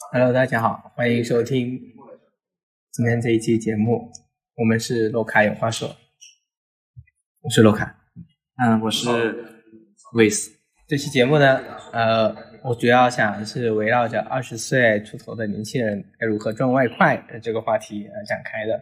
Hello， 大家好，欢迎收听今天这一期节目。我们是洛卡有话说，我是洛卡， 我是威斯。 这期节目呢，我主要想是围绕着20岁出头的年轻人该如何赚外快这个话题展开的。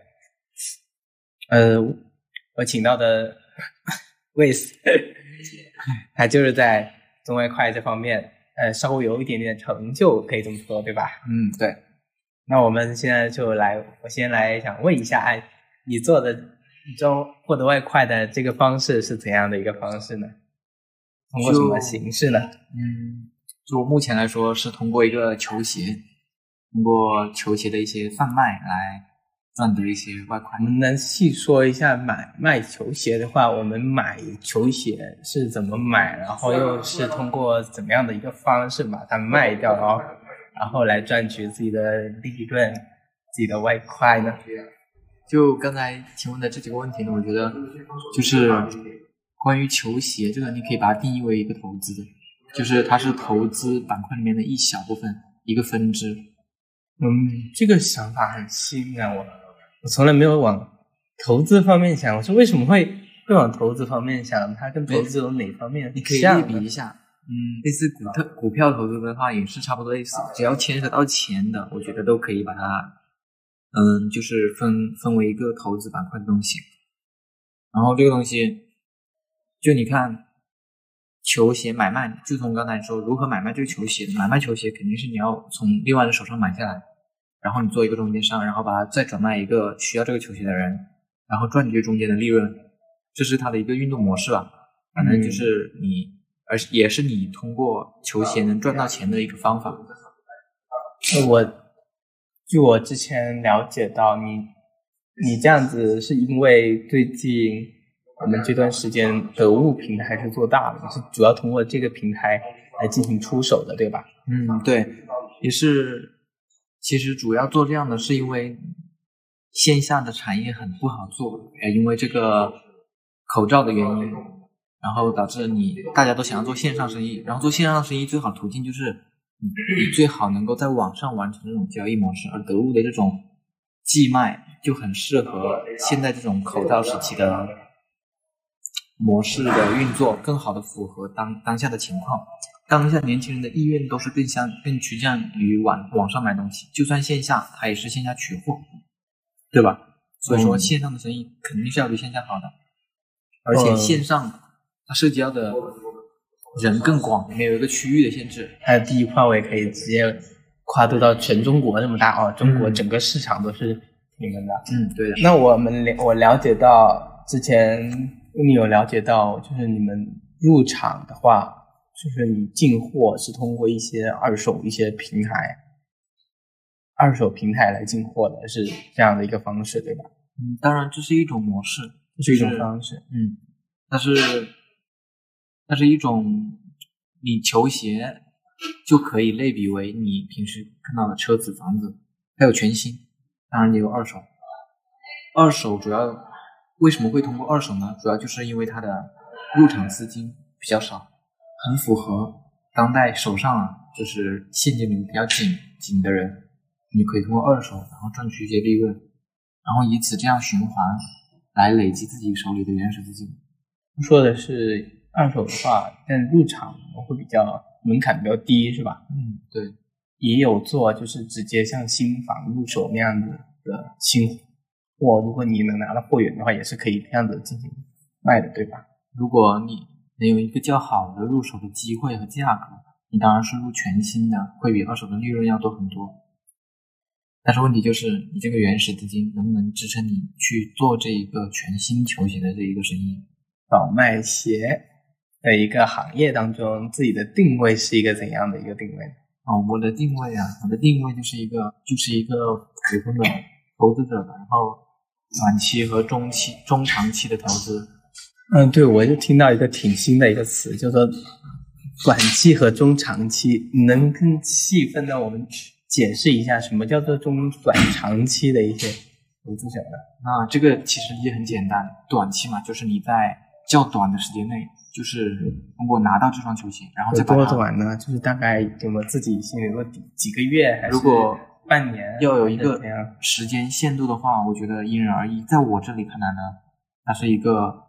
我请到的威斯，他就是在赚外快这方面。稍微有一点点成就，可以这么说，对吧？ 对。 那我们现在就我先来想问一下，你做的获得外快的这个方式是怎样的一个方式呢？通过什么形式呢？ 就目前来说是通过一个球鞋，通过球鞋的一些贩卖来赚得一些外快。 能细说一下卖球鞋的话，我们买球鞋是怎么买，然后又是通过怎么样的一个方式把它卖掉，然后来赚取自己的利润、自己的外快呢？ 就刚才提问的这几个问题呢，我觉得就是关于球鞋这个，你可以把它定义为一个投资的，就是它是投资板块里面的一小部分，一个分支。 这个想法很新啊，我从来没有往投资方面想，我说为什么会往投资方面想？它跟投资有哪方面？ 你可以类比一下，类似股票投资的话也是差不多类似，只要牵扯到钱的，我觉得都可以把它，就是分为一个投资板块的东西。然后这个东西，就你看球鞋买卖，就从刚才说如何买卖这个球鞋，买卖球鞋肯定是你要从另外人手上买下来。然后你做一个中间商，然后把它再转卖一个需要这个球鞋的人，然后赚取中间的利润，这是它的一个运动模式吧。反正就是也是你通过球鞋能赚到钱的一个方法。 据我之前了解到，你这样子是因为最近我们这段时间得物平台是做大了，是主要通过这个平台来进行出手的，对吧？ 对，也是。其实主要做这样的是因为线下的产业很不好做，因为这个口罩的原因，然后导致大家都想要做线上生意，然后做线上生意最好途径就是你最好能够在网上完成这种交易模式，而得物的这种寄卖就很适合现在这种口罩时期的模式的运作，更好的符合当下的情况。当下年轻人的意愿都是更趋向于网上买东西，就算线下它也是线下取货，对吧？所以说线上的生意肯定是要比线下好的，而且线上它涉及到的人更广，没有一个区域的限制。 它的地域范围可以直接跨度到全中国这么大中国整个市场都是你们的。 对的。 那我了解到之前你有了解到，就是你们入场的话，就是你进货是通过一些二手平台来进货的，是这样的一个方式，对吧？ 当然这是一种模式， 这是一种方式。 它是一种，你球鞋就可以类比为你平时看到的车子、房子，还有全新，当然也有二手。二手主要为什么会通过二手呢？主要就是因为它的入场资金比较少，很符合当代手上就是现金流比较紧的人，你可以通过二手然后赚取一些利润，然后以此这样循环来累积自己手里的原始资金。 说的是二手的话，但入场会比较门槛比较低，是吧？ 对。 也有做就是直接像新房入手那样子的新货，如果你能拿到货源的话，也是可以这样子进行卖的，对吧？ 如果你能有一个较好的入手的机会和价格，你当然是入全新的，会比二手的利润要多很多。但是问题就是你这个原始资金能不能支撑你去做这一个全新球鞋的这一个生意。 倒卖鞋的一个行业当中，自己的定位是一个怎样的一个定位？ 我的定位就是一个普通的投资者吧，然后短期和中长期的投资。 对，我就听到一个挺新的一个词，就是说短期和中长期，你能更细分的我们解释一下什么叫做中短长期的一些投资者呢？ 这个其实也很简单，短期嘛，就是你在较短的时间内就是通过拿到这双球鞋，然后再有多短呢？就是大概有没有自己心里有个底？几个月还是如果半年？ 要有一个时间限度的话，我觉得因人而异。在我这里看来呢，它是一个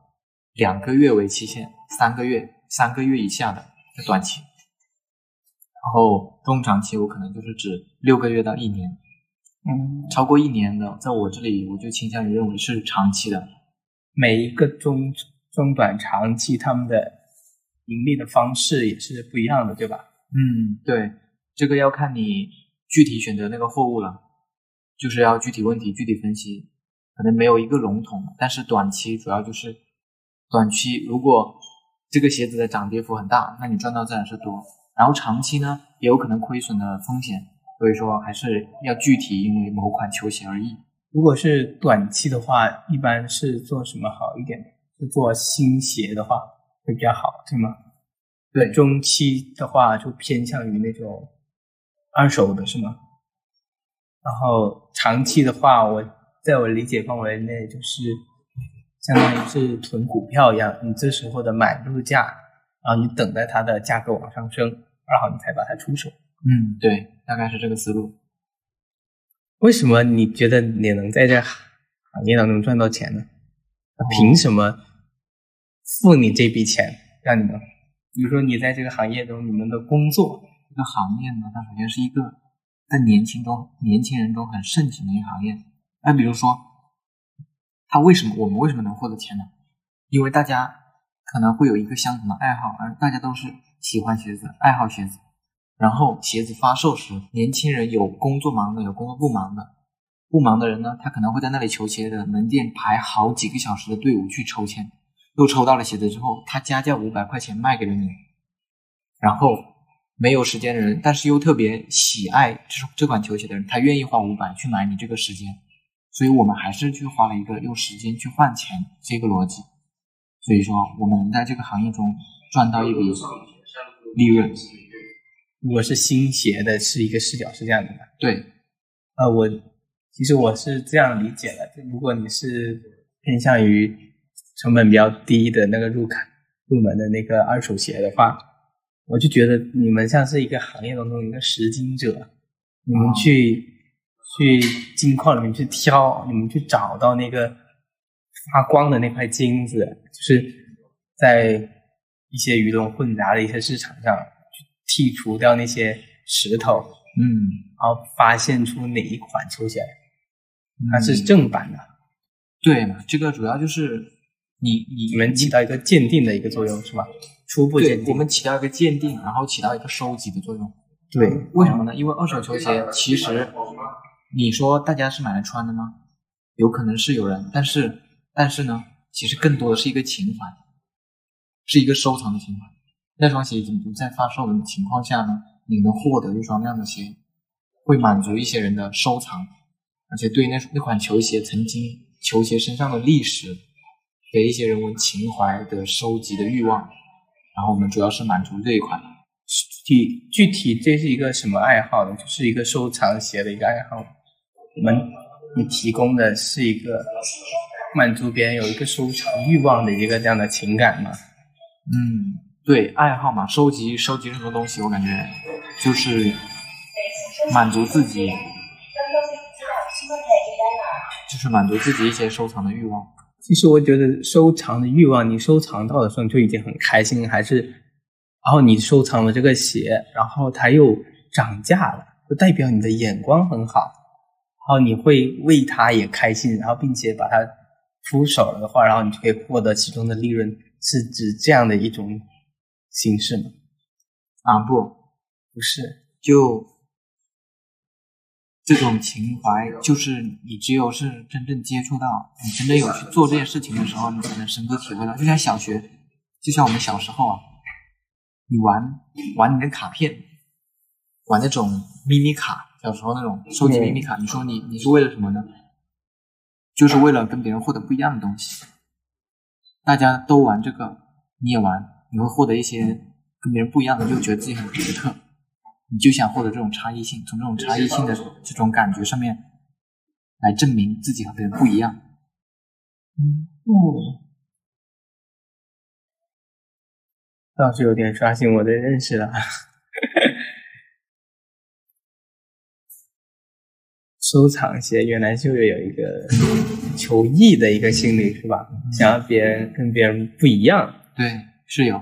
2个月为期限，3个月以下的短期，然后中长期我可能就是指6个月到1年。超过1年的，在我这里我就倾向于认为是长期的。 每一个中短长期他们的盈利的方式也是不一样的，对吧？ 对，这个要看你具体选择那个货物了，就是要具体问题具体分析，可能没有一个笼统的。但是短期主要就是短期，如果这个鞋子的涨跌幅很大，那你赚到自然是多。然后长期呢，也有可能亏损的风险，所以说还是要具体因为某款球鞋而异。 如果是短期的话，一般是做什么好一点？是做新鞋的话会比较好，对吗？ 对。 中期的话就偏向于那种二手的，是吗？然后长期的话，在我理解范围内就是相当于是囤股票一样，你这时候的买入价，然后你等待它的价格往上升，然后你才把它出手。 对，大概是这个思路。 为什么你觉得你能在这行业当中赚到钱呢？凭什么付你这笔钱让你们？比如说你在这个行业中，你们的工作， 这个行业呢，它首先是一个在年轻人中很盛行的一个行业。那比如说，我们为什么能获得钱呢？因为大家可能会有一个相同的爱好，而大家都是喜欢鞋子，爱好鞋子。然后鞋子发售时，年轻人有工作忙的，有工作不忙的。不忙的人呢，他可能会在那里球鞋的门店排好几个小时的队伍去抽签，又抽到了鞋子之后，他加价500块钱卖给了你。然后没有时间的人，但是又特别喜爱这款球鞋的人，他愿意花500去买你这个时间。所以我们还是去花了一个用时间去换钱这个逻辑。所以说我们在这个行业中赚到一笔利润。 如果是新鞋的是一个视角是这样的吧？ 对。 其实我是这样理解的，如果你是偏向于成本比较低的那个入门的那个二手鞋的话，我就觉得你们像是一个行业当中一个拾金者，你们去金矿里面去挑，你们去找到那个发光的那块金子，就是在一些鱼龙混杂的一些市场上去剔除掉那些石头，然后发现出哪一款球鞋它是正版的。 对嘛，这个主要就是你们起到一个鉴定的一个作用是吧？初步鉴定。 对，我们起到一个鉴定，然后起到一个收集的作用。 对， 为什么呢？因为二手球鞋其实你说大家是买来穿的吗？有可能是有人，但是呢，其实更多的是一个情怀，是一个收藏的情怀。那双鞋已经不在发售的情况下呢，你能获得一双那样的鞋，会满足一些人的收藏，而且对那款球鞋曾经球鞋身上的历史给一些人文情怀的收集的欲望，然后我们主要是满足这一块。 具体这是一个什么爱好呢？就是一个收藏鞋的一个爱好。你提供的是一个满足别人有一个收藏欲望的一个这样的情感吗？ 对，爱好嘛，收集任何东西，我感觉就是满足自己，一些收藏的欲望。 其实我觉得收藏的欲望，你收藏到的时候你就已经很开心，然后你收藏了这个鞋，然后它又涨价了，就代表你的眼光很好，然后你会为它也开心，然后并且把它出手了的话，然后你就可以获得其中的利润，是指这样的一种形式吗？不是， 就这种情怀，就是你只有是真正接触到，你真的有去做这件事情的时候，你才能深刻体会到。就像我们小时候啊，你玩你的卡片，玩那种咪咪卡，小时候那种收集咪咪卡，你说你是为了什么呢？就是为了跟别人获得不一样的东西。大家都玩这个，你也玩，你会获得一些跟别人不一样的，就觉得自己很独特，你就想获得这种差异性，从这种差异性的这种感觉上面来证明自己和别人不一样。 倒是有点刷新我的认识了。收藏鞋原来就有一个求异的一个心理是吧？想要别人跟别人不一样。 对，是有。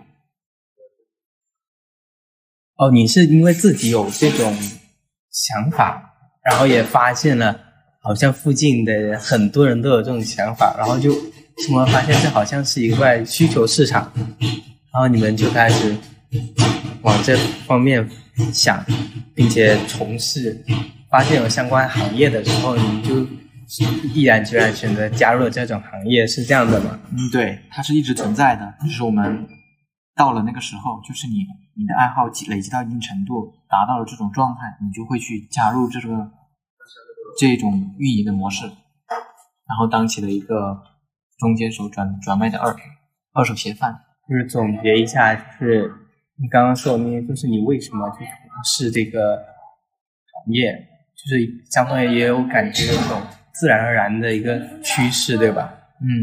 哦，你是因为自己有这种想法，然后也发现了好像附近的很多人都有这种想法，然后就突然发现这好像是一块需求市场，然后你们就开始往这方面想，并且从事，发现有相关行业的时候，你就毅然决然选择加入了这种行业，是这样的吗？ 对，它是一直存在的，只是我们到了那个时候，就是你的爱好累积到一定程度，达到了这种状态，你就会去加入这种运营的模式，然后当起了一个中间手转卖的二手鞋贩。 就是总结一下，就是你刚刚说的那些，就是你为什么去从事这个行业，就是相当于也有感觉有种自然而然的一个趋势，对吧？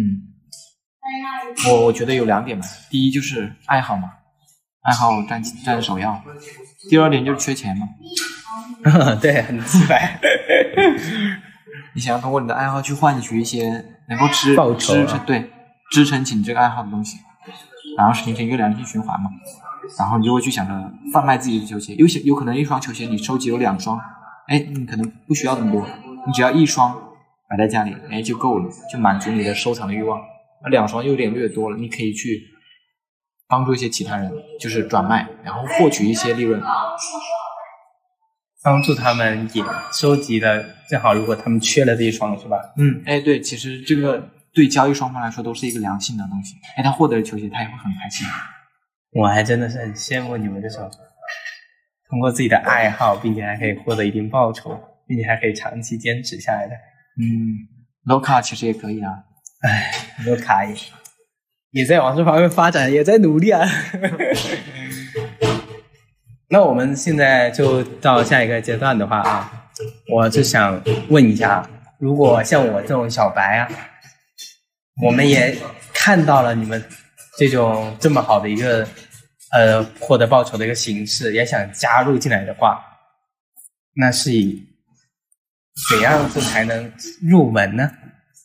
我觉得有2点吧，第一就是爱好嘛，爱好占首要，第2点就是缺钱嘛。 对，很直白。 你想要通过你的爱好去换取一些能够报酬支撑起你这个爱好的东西，然后形成一个良性循环嘛。然后你就会去想着贩卖自己的球鞋，有可能一双球鞋你收集有2双，你可能不需要那么多，你只要1双摆在家里，就够了，就满足你的收藏的欲望。而2双有点略多了，你可以去帮助一些其他人，就是转卖，然后获取一些利润， 帮助他们也收集了，正好如果他们缺了这一双，是吧？ 对，其实这个对交易双方来说都是一个良性的东西。他获得了球鞋，他也会很开心。 我还真的是很羡慕你们这种通过自己的爱好，并且还可以获得一定报酬，并且还可以长期坚持下来的。 low 卡其实也可以啊。 low 卡也在往这方面发展，也在努力啊。那我们现在就到下一个阶段的话啊，我就想问一下，如果像我这种小白啊，我们也看到了你们这么好的一个获得报酬的一个形式，也想加入进来的话，那是以怎样子才能入门呢？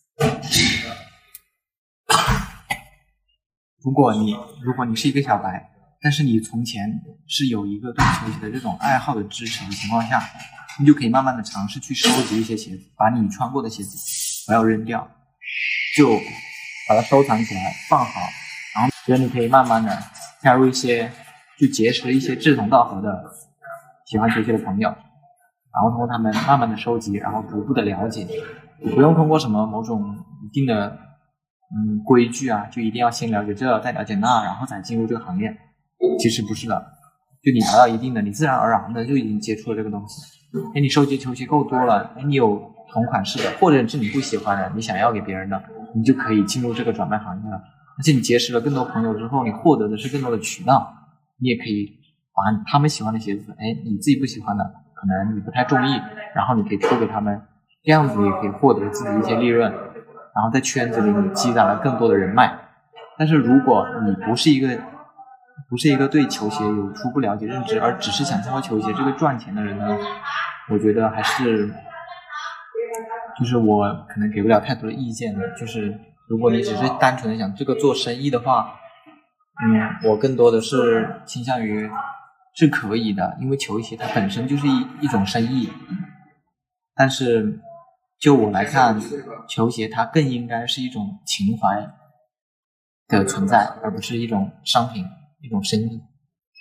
如果你是一个小白，但是你从前是有一个对球鞋的这种爱好的支持的情况下，你就可以慢慢的尝试去收集一些鞋子，把你穿过的鞋子不要扔掉，就把它收藏起来放好，然后觉得你可以慢慢的加入一些，就结识一些志同道合的喜欢球鞋的朋友，然后通过他们慢慢的收集，然后逐步的了解，你不用通过什么某种一定的规矩啊，就一定要先了解这再了解那，然后才进入这个行业。其实不是的，就你达到一定的，你自然而然的就已经接触了这个东西。你收集球鞋够多了，你有同款式的，或者是你不喜欢的，你想要给别人的，你就可以进入这个转卖行业了。而且你结识了更多朋友之后，你获得的是更多的渠道，你也可以把他们喜欢的鞋子，你自己不喜欢的，可能你不太中意，然后你可以出给他们，这样子也可以获得自己的一些利润，然后在圈子里你积攒了更多的人脉。但是如果你不是一个对球鞋有初步了解认知，而只是想通过球鞋这个赚钱的人呢，我觉得还是就是我可能给不了太多的意见的。就是如果你只是单纯的想这个做生意的话，我更多的是倾向于是可以的，因为球鞋它本身就是一种生意。但是就我来看，球鞋它更应该是一种情怀的存在，而不是一种商品，一种生意。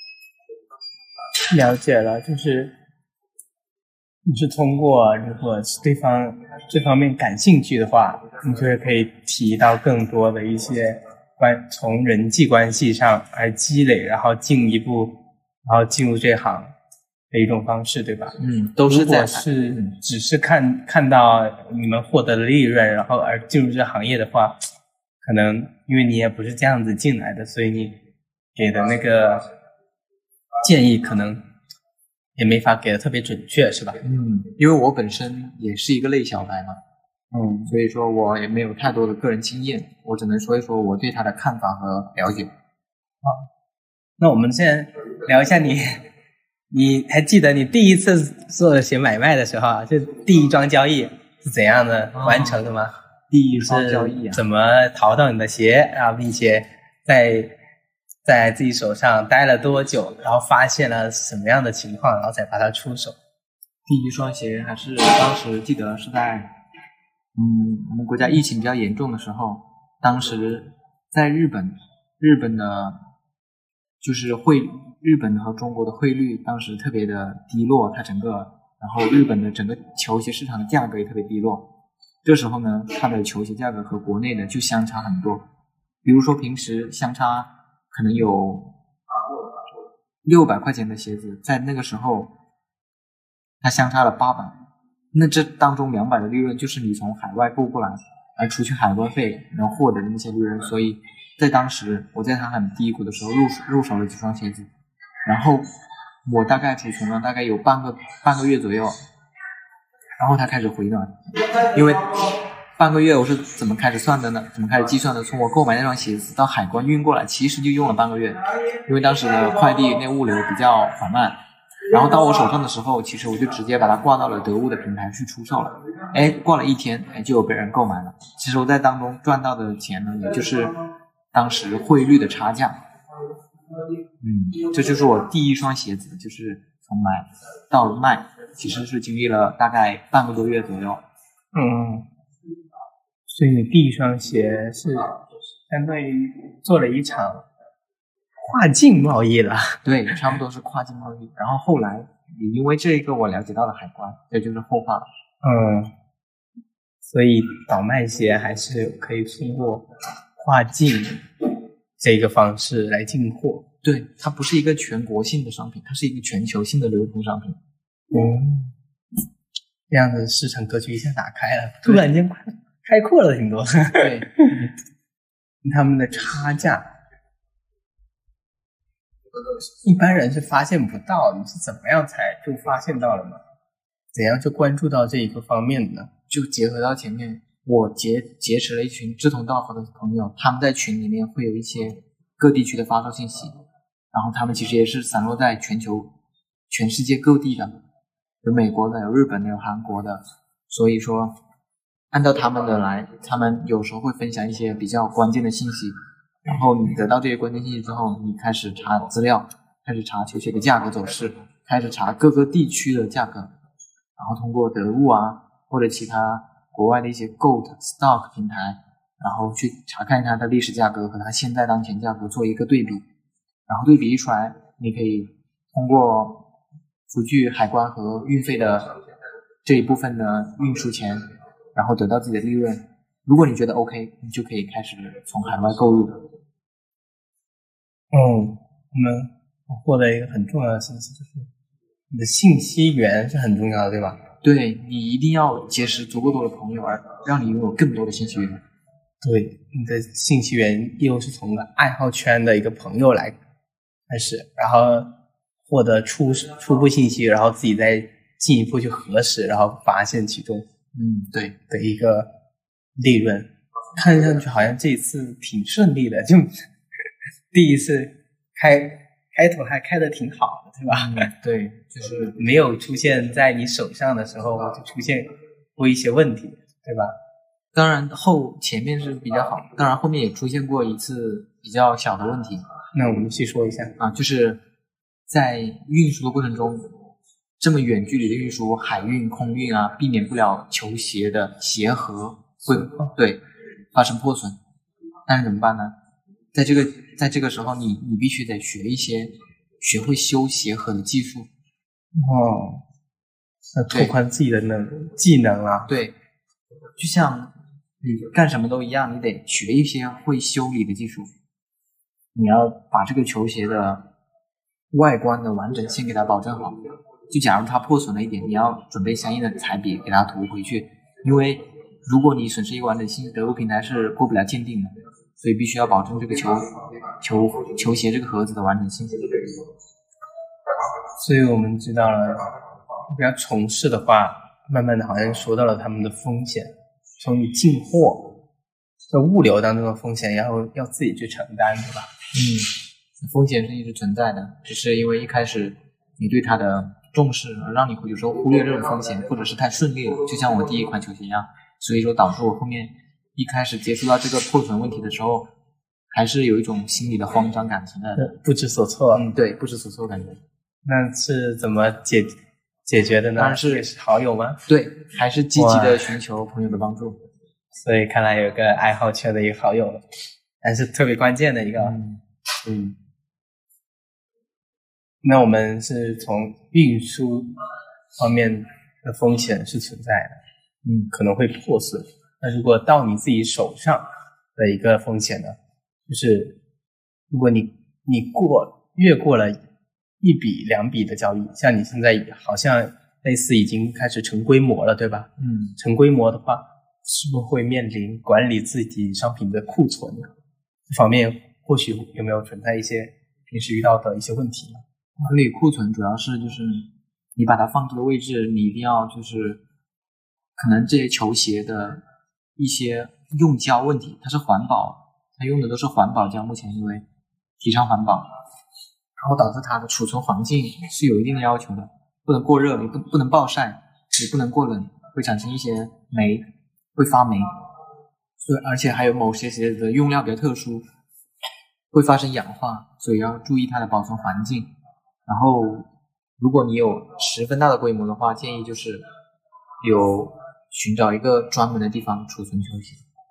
了解了，就是你是通过如果是对方这方面感兴趣的话，你就会可以提到更多的一些从人际关系上来积累，然后进一步然后进入这行的一种方式，对吧？ 都是在。 如果是只是看到你们获得了利润，然后而进入这行业的话，可能因为你也不是这样子进来的，所以你给的那个建议可能也没法给的特别准确，是吧？ 因为我本身也是一个类小白嘛，所以说我也没有太多的个人经验，我只能说一说我对他的看法和了解。 那我们现在聊一下你还记得你第一次做鞋买卖的时候啊，就第一桩交易是怎样的完成的吗？ 第一桩交易啊， 怎么淘到你的鞋啊，并且在自己手上待了多久，然后发现了什么样的情况，然后再把它出手？ 第一双鞋还是当时记得是在我们国家疫情比较严重的时候，当时在日本的就是日本和中国的汇率当时特别的低落，然后日本的整个球鞋市场的价格也特别低落。这时候呢，它的球鞋价格和国内的就相差很多，比如说平时相差可能有600块钱的鞋子，在那个时候它相差了800，那这当中200的利润就是你从海外购过来，而除去海关费能获得的那些利润。所以在当时我在它很低谷的时候入手了几双鞋子，然后我大概储存了大概有半个月左右，然后它开始回暖。因为半个月我是怎么开始算的呢？怎么开始计算的？从我购买那双鞋子到海关运过来，其实就用了半个月，因为当时的快递那物流比较缓慢。然后到我手上的时候，其实我就直接把它挂到了得物的平台去出售了。挂了1天，就有被人购买了。其实我在当中赚到的钱呢，也就是当时汇率的差价。这就是我第一双鞋子，就是从买到卖，其实是经历了大概半个多月左右。 所以你第一双鞋是相当于做了一场跨境贸易了。 对，差不多是跨境贸易。然后后来也因为这个我了解到了海关，这就是后话了。 所以倒卖鞋还是可以通过跨境这个方式来进货。 对，它不是一个全国性的商品，它是一个全球性的流通商品。 这样的市场格局一下打开了，突然间开阔了挺多。 对， 他们的差价一般人是发现不到，你是怎么样才就发现到了呢？怎样就关注到这一个方面呢？ 就结合到前面，我结识了一群志同道合的朋友，他们在群里面会有一些各地区的发售信息，然后他们其实也是散落在全世界各地的，有美国的，有日本的，有韩国的。所以说按照他们的来，他们有时候会分享一些比较关键的信息，然后你得到这些关键信息之后，你开始查资料，开始查球鞋的价格走势，开始查各个地区的价格，然后通过得物啊或者其他国外的一些 GoatStock 平台，然后去查看它的历史价格和它现在当前价格做一个对比，然后对比一出来，你可以通过除去海关和运费的这一部分的运输钱，然后得到自己的利润。如果你觉得 OK， 你就可以开始从海外购入。 我们获得一个很重要的信息，就是你的信息源是很重要的，对吧？ 对，你一定要结识足够多的朋友，而让你拥有更多的信息源。 对，你的信息源又是从爱好圈的一个朋友来开始，然后获得初步信息，然后自己再进一步去核实，然后发现其中对的一个利润。看上去好像这一次挺顺利的，就第一次开头还开得挺好的，对吧？ 对，就是没有出现在你手上的时候就出现过一些问题，对吧？ 当然前面是比较好，当然后面也出现过一次比较小的问题。 那我们细说一下就是在运输的过程中，这么远距离的运输，海运空运啊，避免不了球鞋的鞋盒会发生破损。但是怎么办呢？在这个时候你必须得学会修鞋盒的技术。 要拓宽自己的技能啊。 对，就像你干什么都一样，你得学一些会修理的技术。你要把这个球鞋的外观的完整性给它保证好。就假如它破损了一点，你要准备相应的彩笔给它涂回去，因为如果你损失一个完整性，得物平台是过不了鉴定的，所以必须要保证这个球鞋这个盒子的完整性。 所以我们知道了，比较从事的话，慢慢的好像说到了他们的风险，从你进货在物流当中的风险要自己去承担，对吧？ 风险是一直存在的，只是因为一开始你对它的重视，而让你有时候忽略这种风险，或者是太顺利了，就像我第一款球鞋一样，所以说导致我后面一开始接触到这个破损问题的时候，还是有一种心理的慌张感存在的， 不知所措。 对，不知所措感觉。 那是怎么解决的呢？ 当然是好友吗？ 对，还是积极的寻求朋友的帮助。 所以看来有个爱好圈的一个好友，还是特别关键的一个。那我们是从运输方面的风险是存在的，可能会破损。那如果到你自己手上的一个风险呢，就是如果你越过了一笔两笔的交易，像你现在好像类似已经开始成规模了，对吧？成规模的话，是不是会面临管理自己商品的库存这方面，或许有没有存在一些平时遇到的一些问题呢？ 管理库存主要是就是你把它放这个位置，你一定要就是可能这些球鞋的一些用胶问题，它是环保，它用的都是环保胶，目前因为提倡环保，然后导致它的储存环境是有一定的要求的，不能过热，也不能暴晒，也不能过冷，会产生一些霉，会发霉。所以而且还有某些鞋子的用料比较特殊，会发生氧化，所以要注意它的保存环境。然后如果你有10分大的规模的话，建议就是寻找一个专门的地方储存球鞋。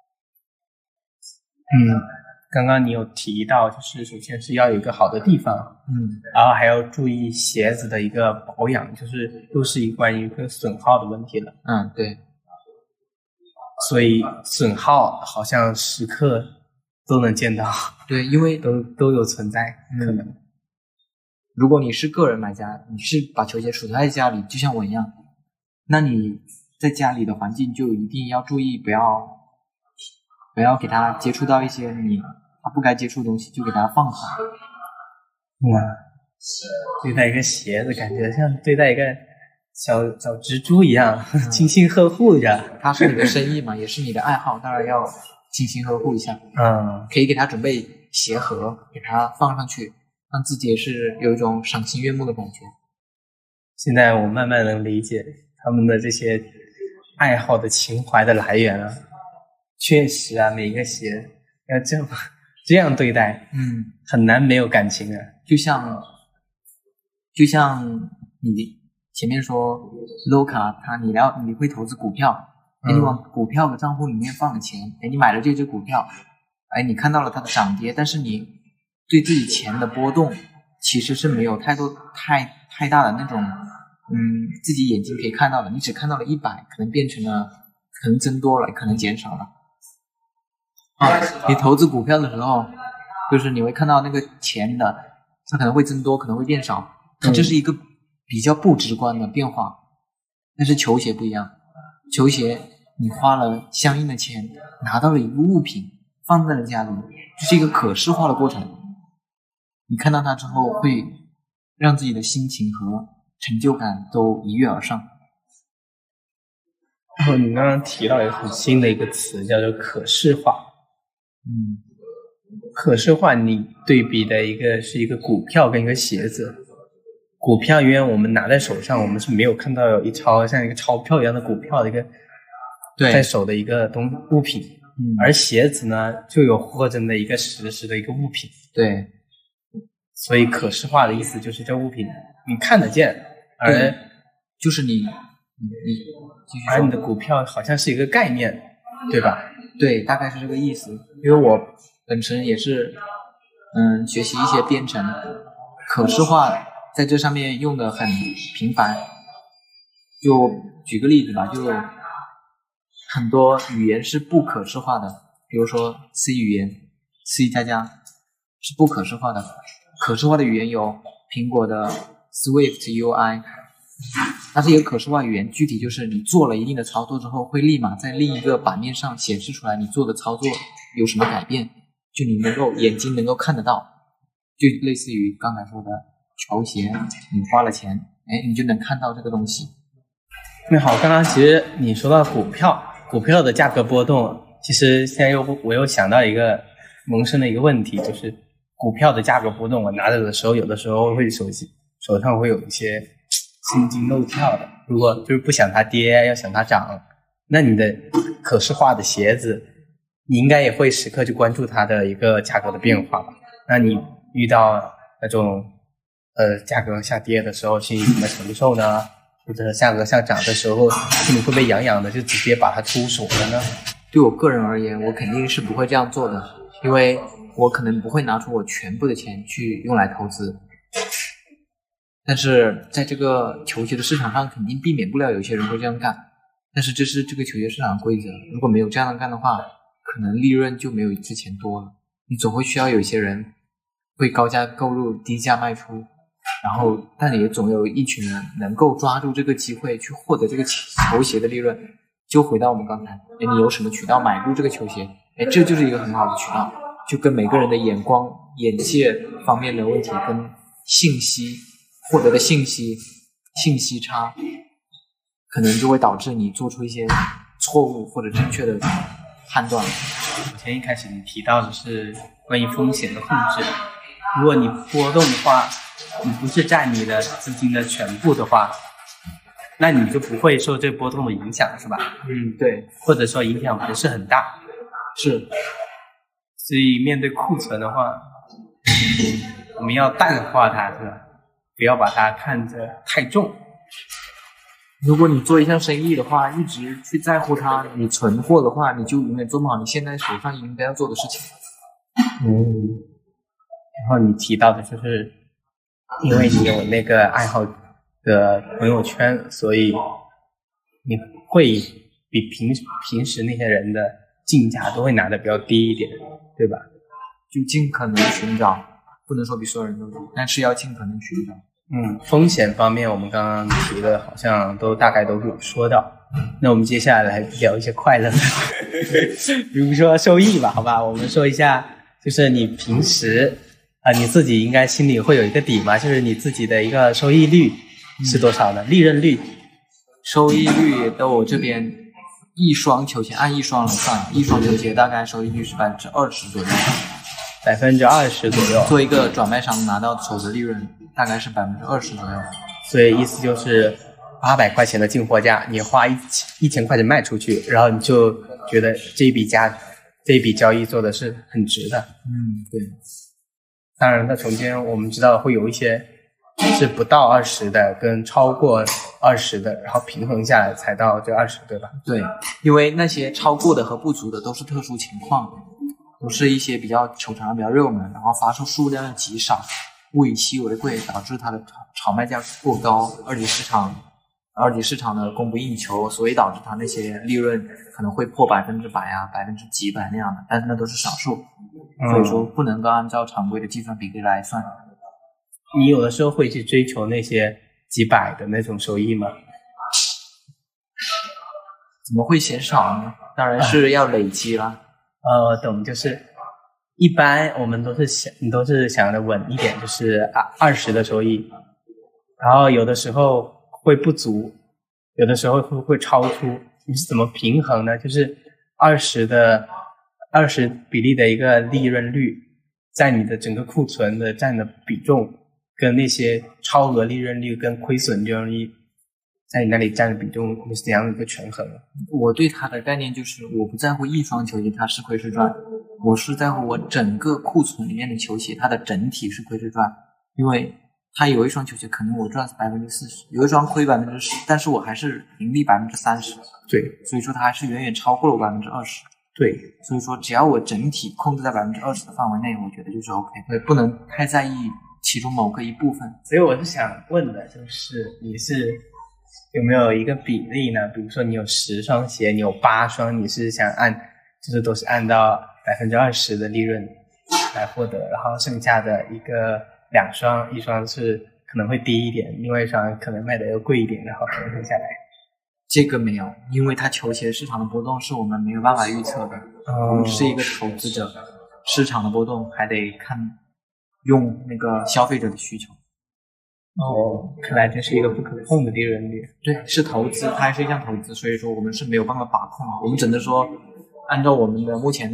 刚刚你有提到，就是首先是要有一个好的地方，然后还要注意鞋子的一个保养，就是又是关于一个损耗的问题了。 对。 所以损耗好像时刻都能见到， 对，因为都有存在可能。 如果你是个人买家，你是把球鞋储存在家里，就像我一样，那你在家里的环境就一定要注意，不要给它接触到一些它不该接触的东西，就给它放好。 对待一个鞋子，感觉像对待一个小蜘蛛一样，精心呵护着。 它是你的生意嘛，也是你的爱好，当然要精心呵护一下。可以给它准备鞋盒，给它放上去，让自己也是有一种赏心悦目的感觉。 现在我慢慢能理解他们的这些爱好的情怀的来源了。确实啊，每个鞋要这样对待，很难没有感情啊。 就像你前面说 Loka 你会投资股票，你往股票的账户里面放了钱，你买了这只股票，你看到了它的涨跌，但是你对自己钱的波动其实是没有太大的那种自己眼睛可以看到的，你只看到了100，可能变成了，可能增多了，可能减少了。你投资股票的时候，就是你会看到那个钱的，它可能会增多，可能会变少，它这是一个比较不直观的变化。但是球鞋不一样，球鞋你花了相应的钱，拿到了一个物品，放在了家里，这是一个可视化的过程。你看到它之后，会让自己的心情和成就感都一跃而上。 你刚刚提到一个很新的一个词，叫做可视化。可视化你对比的是一个股票跟一个鞋子。股票因为我们拿在手上，我们是没有看到有像一个钞票一样的股票的一个在手的一个物品，而鞋子呢就有货真的一个实时的一个物品。 对， 所以可视化的意思就是这物品你看得见，而就是你而你的股票好像是一个概念，对吧？ 对，大概是这个意思。因为我本身也是学习一些编程，可视化在这上面用的很频繁。就举个例子吧，就很多语言是不可视化的，比如说 C 语言 C++ 是不可视化的。可视化的语言有苹果的 Swift UI， 它是一个可视化语言，具体就是你做了一定的操作之后，会立马在另一个版面上显示出来你做的操作有什么改变，就你眼睛能够看得到，就类似于刚才说的球鞋，你花了钱，你就能看到这个东西。 那好，刚刚其实你说到股票的价格波动，其实现在我又想到一个萌生的一个问题，就是股股票的价格波动，我拿着的时候，有的时候会手上会有一些心惊肉跳的。如果就是不想它跌，要想它涨，那你的可视化的鞋子，你应该也会时刻去关注它的一个价格的变化吧？那你遇到那种价格下跌的时候，心里怎么承受呢？或者价格上涨的时候，心里会不会痒痒的，就直接把它出手了呢？ 对我个人而言，我肯定是不会这样做的，因为我可能不会拿出我全部的钱去用来投资。但是在这个球鞋的市场上，肯定避免不了有些人会这样干。但是这是这个球鞋市场的规则，如果没有这样干的话，可能利润就没有之前多了。你总会需要有些人会高价购入，低价卖出，然后但也总有一群人能够抓住这个机会去获得这个球鞋的利润。就回到我们刚才，你有什么渠道买入这个球鞋？这就是一个很好的渠道。就跟每个人的眼光、眼界方面的问题，跟信息获得的信息差，可能就会导致你做出一些错误或者正确的判断。 首先一开始你提到的是关于风险的控制，如果你波动的话，你不是占你的资金的全部的话，那你就不会受这波动的影响，是吧？ 对， 或者说影响不是很大。 是。 所以面对库存的话，我们要淡化它，是吧？不要把它看得太重。 如果你做一项生意的话，一直去在乎它，你存货的话，你就永远做不好你现在手上应该要做的事情。 然后你提到的就是因为你有那个爱好的朋友圈，所以你会比平时那些人的竞价都会拿得比较低一点，对吧？ 就尽可能寻找，不能说比所有人都低，但是要尽可能寻找。 风险方面我们刚刚提的好像都大概都有说到，那我们接下来聊一些快乐的比如说收益吧，好吧，我们说一下，就是你平时你自己应该心里会有一个底嘛，就是你自己的一个收益率是多少呢？利润率。 收益率到我这边一双球鞋按一双来算，一双球鞋大概收益率是20%左右。 20%左右。 做一个转卖商拿到手的利润大概是20%左右。 所以意思就是800块钱的进货价，你花1000块钱卖出去，然后你就觉得这一笔交易做的是很值的。 对。 当然在中间我们知道会有一些是不到20的跟超过20的，然后平衡下来才到这20，对吧？ 对，因为那些超过的和不足的都是特殊情况，都是一些球场上比较热门，然后发售数量极少，物以稀为贵，导致它的炒卖价过高，二级市场的供不应求，所以导致它那些利润可能会破100%啊几百那样的，但是那都是少数，所以说不能够按照常规的计算比例来算。 你有的时候会去追求那些几百的那种收益吗？ 怎么会嫌少呢？当然是要累积啦。 懂，就是一般我们都是想的稳一点，就是20的收益，然后有的时候会不足，有的时候会超出，你是怎么平衡呢？就是20比例的一个利润率，在你的整个库存的占的比重，跟那些超额利润率跟亏损利润率在你那里占的比重是怎样的一个权衡？ 我对它的概念就是我不在乎一双球鞋它是亏是赚，我是在乎我整个库存里面的球鞋它的整体是亏是赚。因为它有一双球鞋可能我赚40%，有一双亏10%，但是我还是盈利30%。 对， 所以说它还是远远超过了我20%。 对， 所以说只要我整体控制在20%的范围内，我觉得就是 OK， 我不能太在意其中某个一部分。 所以我是想问的就是你是有没有一个比例呢？比如说你有10双鞋，你有8双，你是想就是都是按照20%的利润来获得，然后剩下的2双，一双是可能会低一点，另外一双可能卖的又贵一点，然后平衡下来。 这个没有，因为它球鞋市场的波动是我们没有办法预测的。我们是一个投资者，市场的波动还得用那个消费者的需求。 看来这是一个不可控的利润率。 对，是投资，它还是一项投资，所以说我们是没有办法把控的。我们只能说按照我们的目前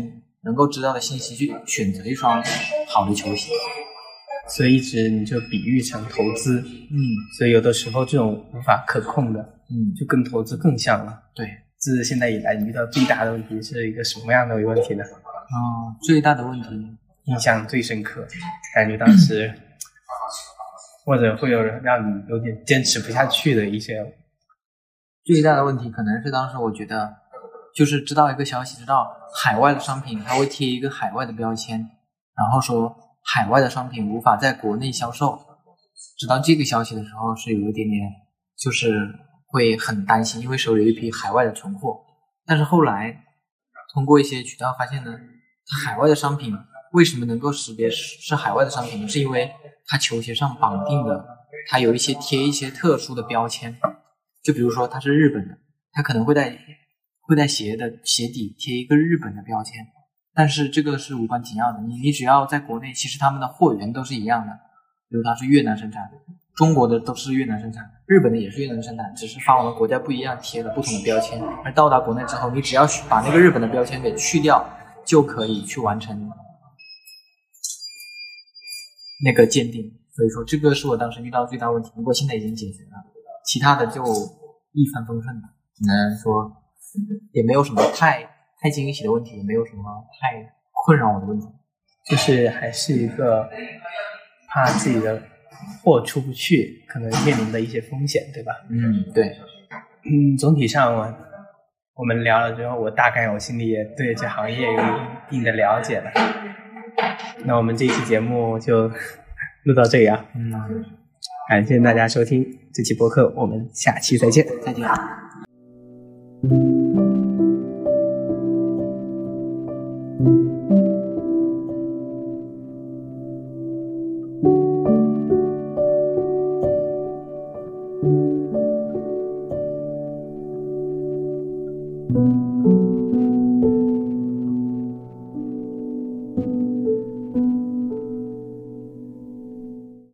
能够知道的信息去选择一双好的球鞋。 所以一直你就比喻成投资，所以有的时候这种无法可控的，就跟投资更像了。 对， 自现在以来，你遇到最大的问题是一个什么样的问题呢？ 最大的问题， 印象最深刻，感觉当时或者会有人让你有点坚持不下去的一些。 最大的问题可能是当时我觉得，就是知道一个消息，知道海外的商品它会贴一个海外的标签，然后说海外的商品无法在国内销售。知道这个消息的时候是有一点点，就是会很担心，因为手里有一批海外的存货。但是后来通过一些渠道发现呢，它海外的商品为什么能够识别是海外的商品呢？是因为它球鞋上绑定的，它有贴一些特殊的标签。就比如说它是日本的，它可能会在鞋的鞋底贴一个日本的标签，但是这个是无关紧要的。你只要在国内，其实他们的货源都是一样的，比如它是越南生产，中国的都是越南生产，日本的也是越南生产，只是发往的国家不一样，贴了不同的标签。而到达国内之后，你只要把那个日本的标签给去掉，就可以去完成那个鉴定。所以说这个是我当时遇到最大问题，不过现在已经解决了，其他的就一帆风顺的，只能说也没有什么太惊喜的问题，也没有什么太困扰我的问题， 就是还是一个怕自己的货出不去可能面临的一些风险，对吧？ 对。 总体上我们聊了之后，我大概我心里也对这行业有一定的了解了。那我们这期节目就录到这里啊。感谢大家收听这期播客，我们下期再见。 再见。